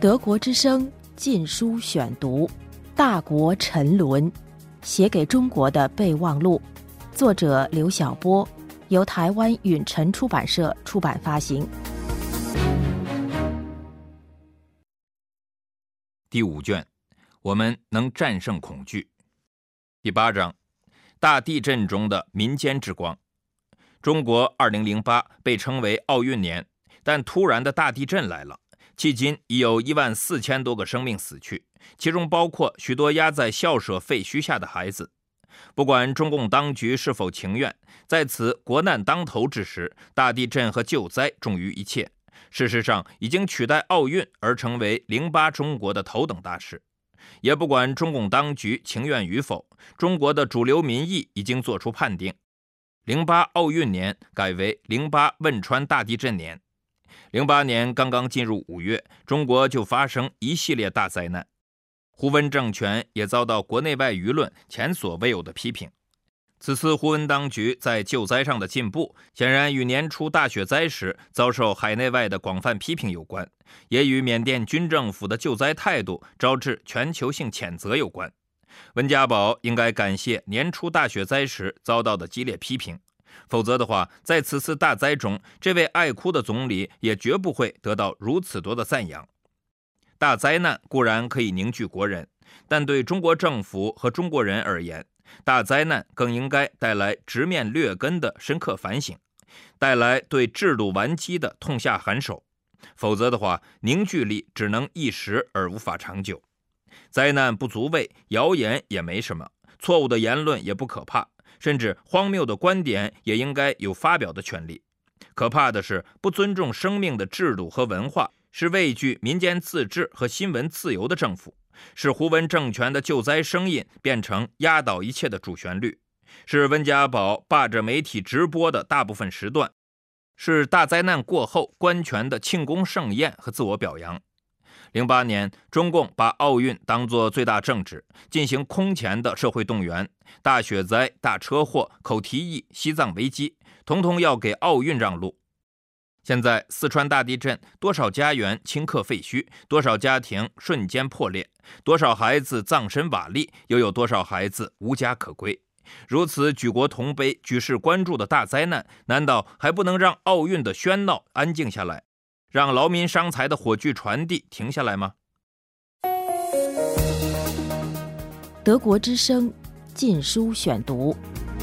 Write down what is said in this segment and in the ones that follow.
德国之声禁书选读《大国沉沦》，写给中国的备忘录，作者刘晓波，由台湾允晨出版社出版发行。 第5卷，我们能战胜恐惧。第8章，大地震中的民间之光。中国2008被称为奥运年，但突然的大地震来了，迄今已有14000多个生命死去，其中包括许多压在校舍废墟下的孩子。不管中共当局是否情愿，在此国难当头之时，大地震和救灾重于一切，事实上已经取代奥运而成为08中国的头等大事。也不管中共当局情愿与否，中国的主流民意已经做出判定，08奥运年改为08汶川大地震年。08年刚刚进入5月，中国就发生一系列大灾难，胡温政权也遭到国内外舆论前所未有的批评。此次胡温当局在救灾上的进步，显然与年初大雪灾时遭受海内外的广泛批评有关，也与缅甸军政府的救灾态度招致全球性谴责有关。温家宝应该感谢年初大雪灾时遭到的激烈批评，否则的话，在此次大灾中，这位爱哭的总理也绝不会得到如此多的赞扬。大灾难固然可以凝聚国人，但对中国政府和中国人而言，大灾难更应该带来直面劣根的深刻反省，带来对制度顽疾的痛下狠手。否则的话，凝聚力只能一时而无法长久。灾难不足畏，谣言也没什么，错误的言论也不可怕，甚至荒谬的观点也应该有发表的权利。可怕的是不尊重生命的制度和文化，是畏惧民间自治和新闻自由的政府，使胡温政权的救灾声音变成压倒一切的主旋律，是温家宝霸着媒体直播的大部分时段，是大灾难过后官权的庆功盛宴和自我表扬。08年，中共把奥运当作最大政治，进行空前的社会动员，大雪灾、大车祸、口蹄疫、西藏危机，统统要给奥运让路。现在四川大地震，多少家园顷刻废墟，多少家庭瞬间破裂，多少孩子葬身瓦砾，又有多少孩子无家可归。如此举国同悲、举世关注的大灾难，难道还不能让奥运的喧闹安静下来，让劳民伤财的火炬传递停下来吗？ 德国之声禁书选读。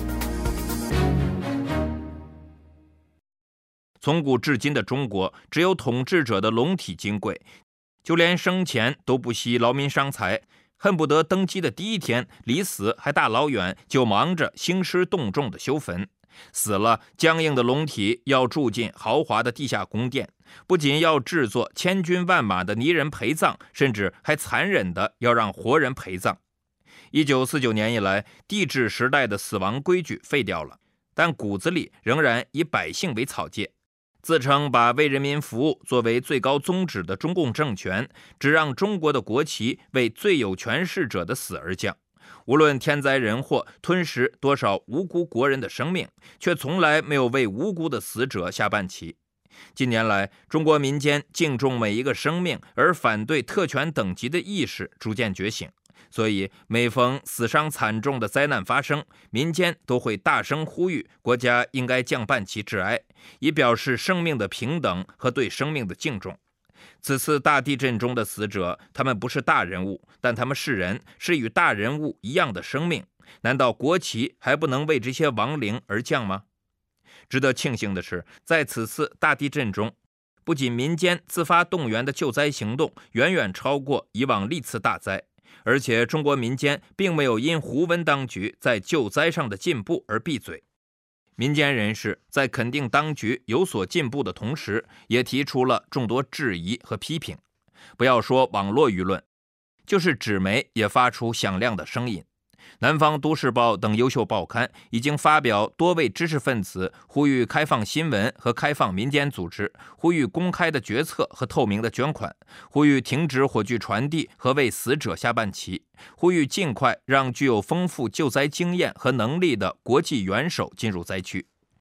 从古至今的中国，只有统治者的龙体金贵，就连生前都不惜劳民伤财，恨不得登基的第一天离死还大老远，就忙着兴师动众的修坟。死了，僵硬的龙体要住进豪华的地下宫殿，不仅要制作千军万马的泥人陪葬，甚至还残忍的要让活人陪葬。1949年以来，帝制时代的死亡规矩废掉了，但骨子里仍然以百姓为草芥。自称把为人民服务作为最高宗旨的中共政权，只让中国的国旗为最有权势者的死而降。无论天灾人祸吞噬多少无辜国人的生命，却从来没有为无辜的死者下半旗。近年来，中国民间敬重每一个生命而反对特权等级的意识逐渐觉醒，所以每逢死伤惨重的灾难发生，民间都会大声呼吁国家应该降半旗致哀，以表示生命的平等和对生命的敬重。此次大地震中的死者，他们不是大人物，但他们是人，是与大人物一样的生命。难道国旗还不能为这些亡灵而降吗？值得庆幸的是，在此次大地震中，不仅民间自发动员的救灾行动远远超过以往历次大灾，而且中国民间并没有因胡温当局在救灾上的进步而闭嘴。民间人士在肯定当局有所进步的同时，也提出了众多质疑和批评。不要说网络舆论，就是纸媒也发出响亮的声音。南方都市报等优秀报刊已经发表多位知识分子呼吁开放新闻和开放民间组织，呼吁公开的决策和透明的捐款，呼吁停止火炬传递和为死者下半旗，呼吁尽快让具有丰富救灾经验和能力的国际元首进入灾区。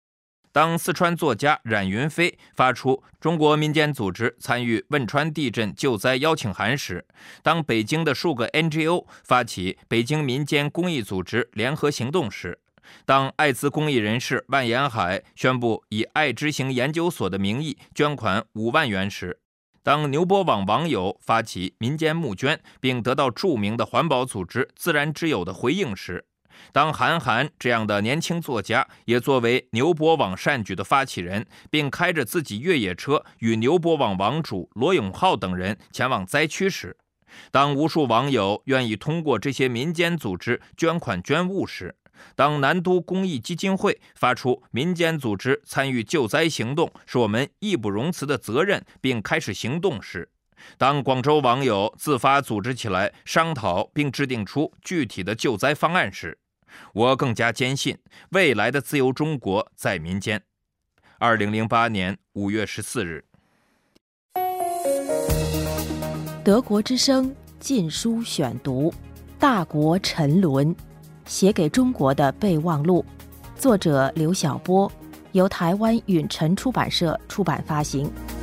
当四川作家冉云飞发出中国民间组织参与汶川地震救灾邀请函时，当北京的数个 NGO 发起北京民间公益组织联合行动时，当艾滋公益人士万延海宣布以爱之行研究所的名义捐款5万元时，当牛波网网友发起民间募捐并得到著名的环保组织自然之友的回应时，当韩寒这样的年轻作家也作为牛波网善举的发起人，并开着自己越野车与牛波网网主罗永浩等人前往灾区时，当无数网友愿意通过这些民间组织捐款捐物时，当南都公益基金会发出民间组织参与救灾行动是我们义不容辞的责任并开始行动时，当广州网友自发组织起来商讨并制定出具体的救灾方案时，我更加坚信未来的自由中国在民间。2008年5月14日， 德国之声禁书选读《大国沉沦》，写给中国的备忘录，作者刘晓波，由台湾允晨出版社出版发行。